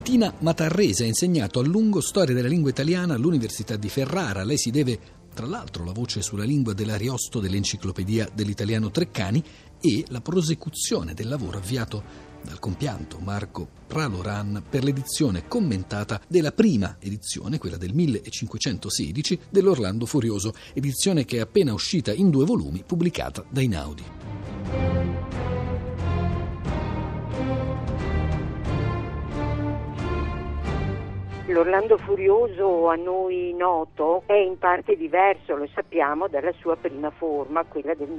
Tina Matarrese ha insegnato a lungo storia della lingua italiana all'Università di Ferrara. Lei si deve, tra l'altro, la voce sulla lingua dell'Ariosto dell'Enciclopedia dell'Italiano Treccani e la prosecuzione del lavoro avviato dal compianto Marco Praloran per l'edizione commentata della prima edizione, quella del 1516, dell'Orlando Furioso, edizione che è appena uscita in 2 volumi, pubblicata da Einaudi. L'Orlando Furioso a noi noto è in parte diverso, lo sappiamo, dalla sua prima forma, quella del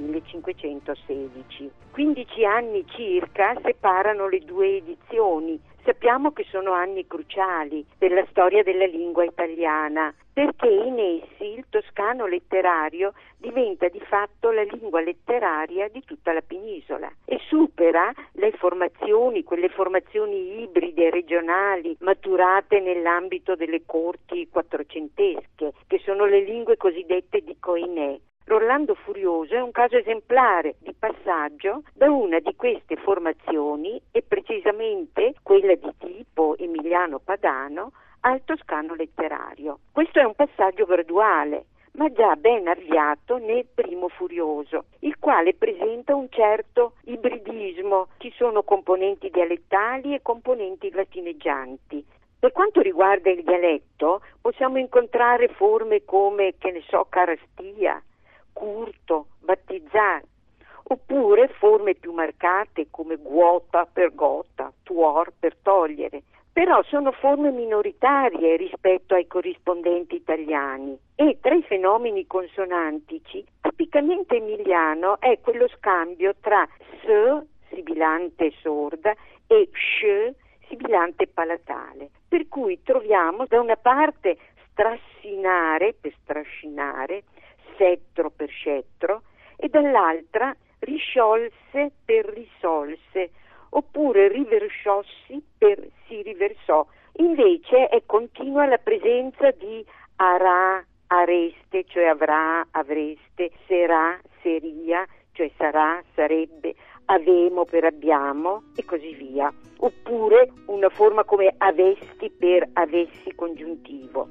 1516. 15 anni circa separano le 2 edizioni. Sappiamo che sono anni cruciali per la storia della lingua italiana, perché in essi il toscano letterario diventa di fatto la lingua letteraria di tutta la penisola e supera quelle formazioni ibride regionali maturate nell'ambito delle corti quattrocentesche, che sono le lingue cosiddette di Coinè. L'Orlando Furioso è un caso esemplare di passaggio da una di queste formazioni, e precisamente quella di tipo emiliano-padano, al toscano letterario. Questo è un passaggio graduale, ma già ben avviato nel primo Furioso, il quale presenta un certo ibridismo. Ci sono componenti dialettali e componenti latineggianti. Per quanto riguarda il dialetto, possiamo incontrare forme come, carastia, curto, battizzar, oppure forme più marcate come guota per gota, tuor per togliere. Però sono forme minoritarie rispetto ai corrispondenti italiani, e tra i fenomeni consonantici tipicamente emiliano è quello scambio tra s, sibilante sorda, e sh, sibilante palatale, per cui troviamo da una parte strassinare per strascinare, settro per scettro, e dall'altra risciolse per risolse, oppure riversciossi per si riversò. Invece è continua la presenza di arà, areste, cioè avrà, avreste, serà, seria, cioè sarà, sarebbe, avemo per abbiamo, e così via. Oppure una forma come avesti per avessi congiuntivo.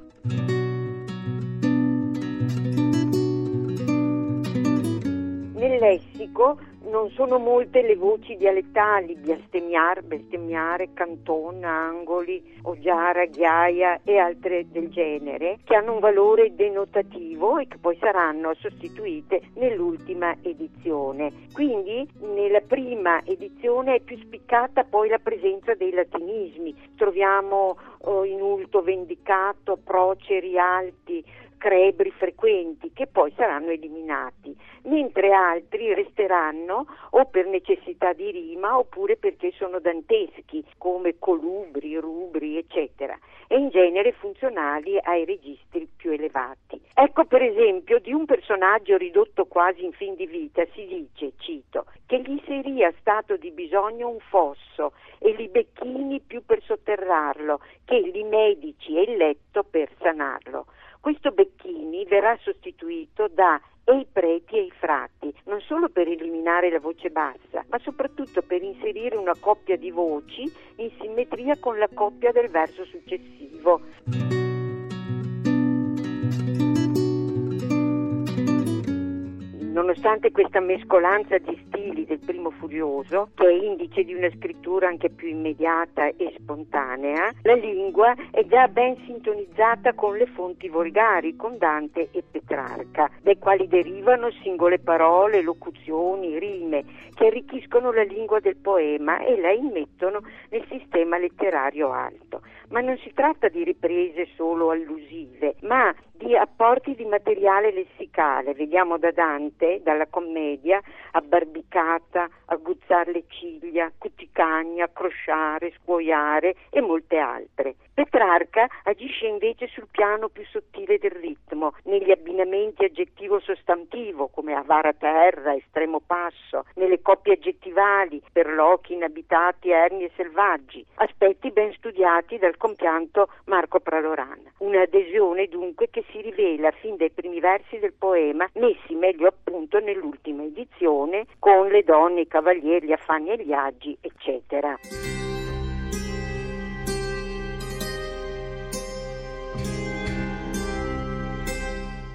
Nel lessico non sono molte le voci dialettali, biastemmiar, bestemmiare, cantona, angoli, oggiara, ghiaia e altre del genere, che hanno un valore denotativo e che poi saranno sostituite nell'ultima edizione. Quindi nella prima edizione è più spiccata poi la presenza dei latinismi. Troviamo inulto, vendicato, proceri, alti, crebri frequenti, che poi saranno eliminati, mentre altri resteranno o per necessità di rima oppure perché sono danteschi, come colubri, rubri, eccetera, e in genere funzionali ai registri più elevati. Ecco per esempio di un personaggio ridotto quasi in fin di vita si dice, cito, che gli seria stato di bisogno un fosso e li becchini più per sotterrarlo, che li medici e il letto per sanarlo. Questo becchini verrà sostituito da e i preti e i frati, non solo per eliminare la voce bassa, ma soprattutto per inserire una coppia di voci in simmetria con la coppia del verso successivo. Nonostante questa mescolanza di stili del primo Furioso, che è indice di una scrittura anche più immediata e spontanea, la lingua è già ben sintonizzata con le fonti volgari, con Dante e Petrarca, dai quali derivano singole parole, locuzioni, rime, che arricchiscono la lingua del poema e la immettono nel sistema letterario alto. Ma non si tratta di riprese solo allusive, ma di apporti di materiale lessicale. Vediamo da Dante, dalla commedia, abbarbicata, aguzzar le ciglia, cuticagna, crosciare, scuoiare e molte altre. Petrarca agisce invece sul piano più sottile del ritmo, negli abbinamenti aggettivo-sostantivo come avara terra, estremo passo, nelle coppie aggettivali, perlochi inabitati, erni e selvaggi, aspetti ben studiati dal compianto Marco Praloran. Un'adesione dunque che si rivela fin dai primi versi del poema, messi meglio appunto nell'ultima edizione, con le donne, i cavalieri, gli affanni e gli agi, eccetera.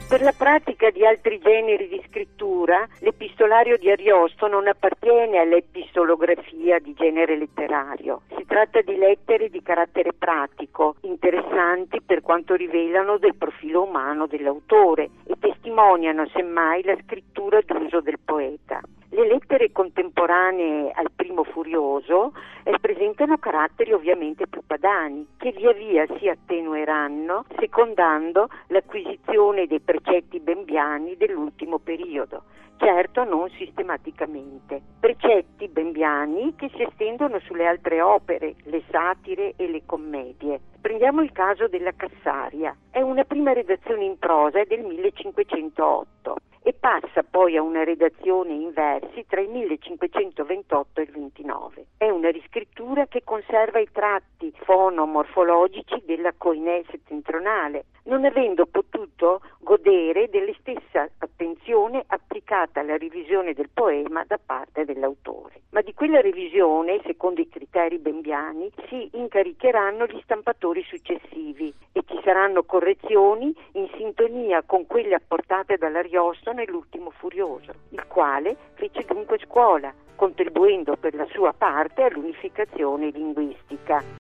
Per la pratica di altri generi di scrittura, l'epistolario di Ariosto non appartiene all'epistolografia di genere letterario. Si tratta di lettere di carattere pratico, interessanti per quanto rivelano del profilo umano dell'autore e testimoniano semmai la scrittura d'uso del poeta. Le lettere contemporanee al Primo Furioso presentano caratteri ovviamente più padani, che via via si attenueranno secondando l'acquisizione dei precetti bembiani dell'ultimo periodo, certo non sistematicamente. Precetti bembiani che si estendono sulle altre opere, le satire e le commedie. Prendiamo il caso della Cassaria. È una prima redazione in prosa del 1508 e passa poi a una redazione in versi tra il 1528 e il 29. È una riscrittura che conserva i tratti fonomorfologici della Koinè settentrionale, non avendo potuto godere della stessa attenzione applicata alla revisione del poema da parte dell'autore. Ma di quella revisione, secondo i criteri bembiani, si incaricheranno gli stampatori successivi e ci saranno correzioni in sintonia con quelle apportate dall'Ariosto nell'ultimo Furioso, il quale fece dunque scuola, contribuendo per la sua parte all'unificazione linguistica.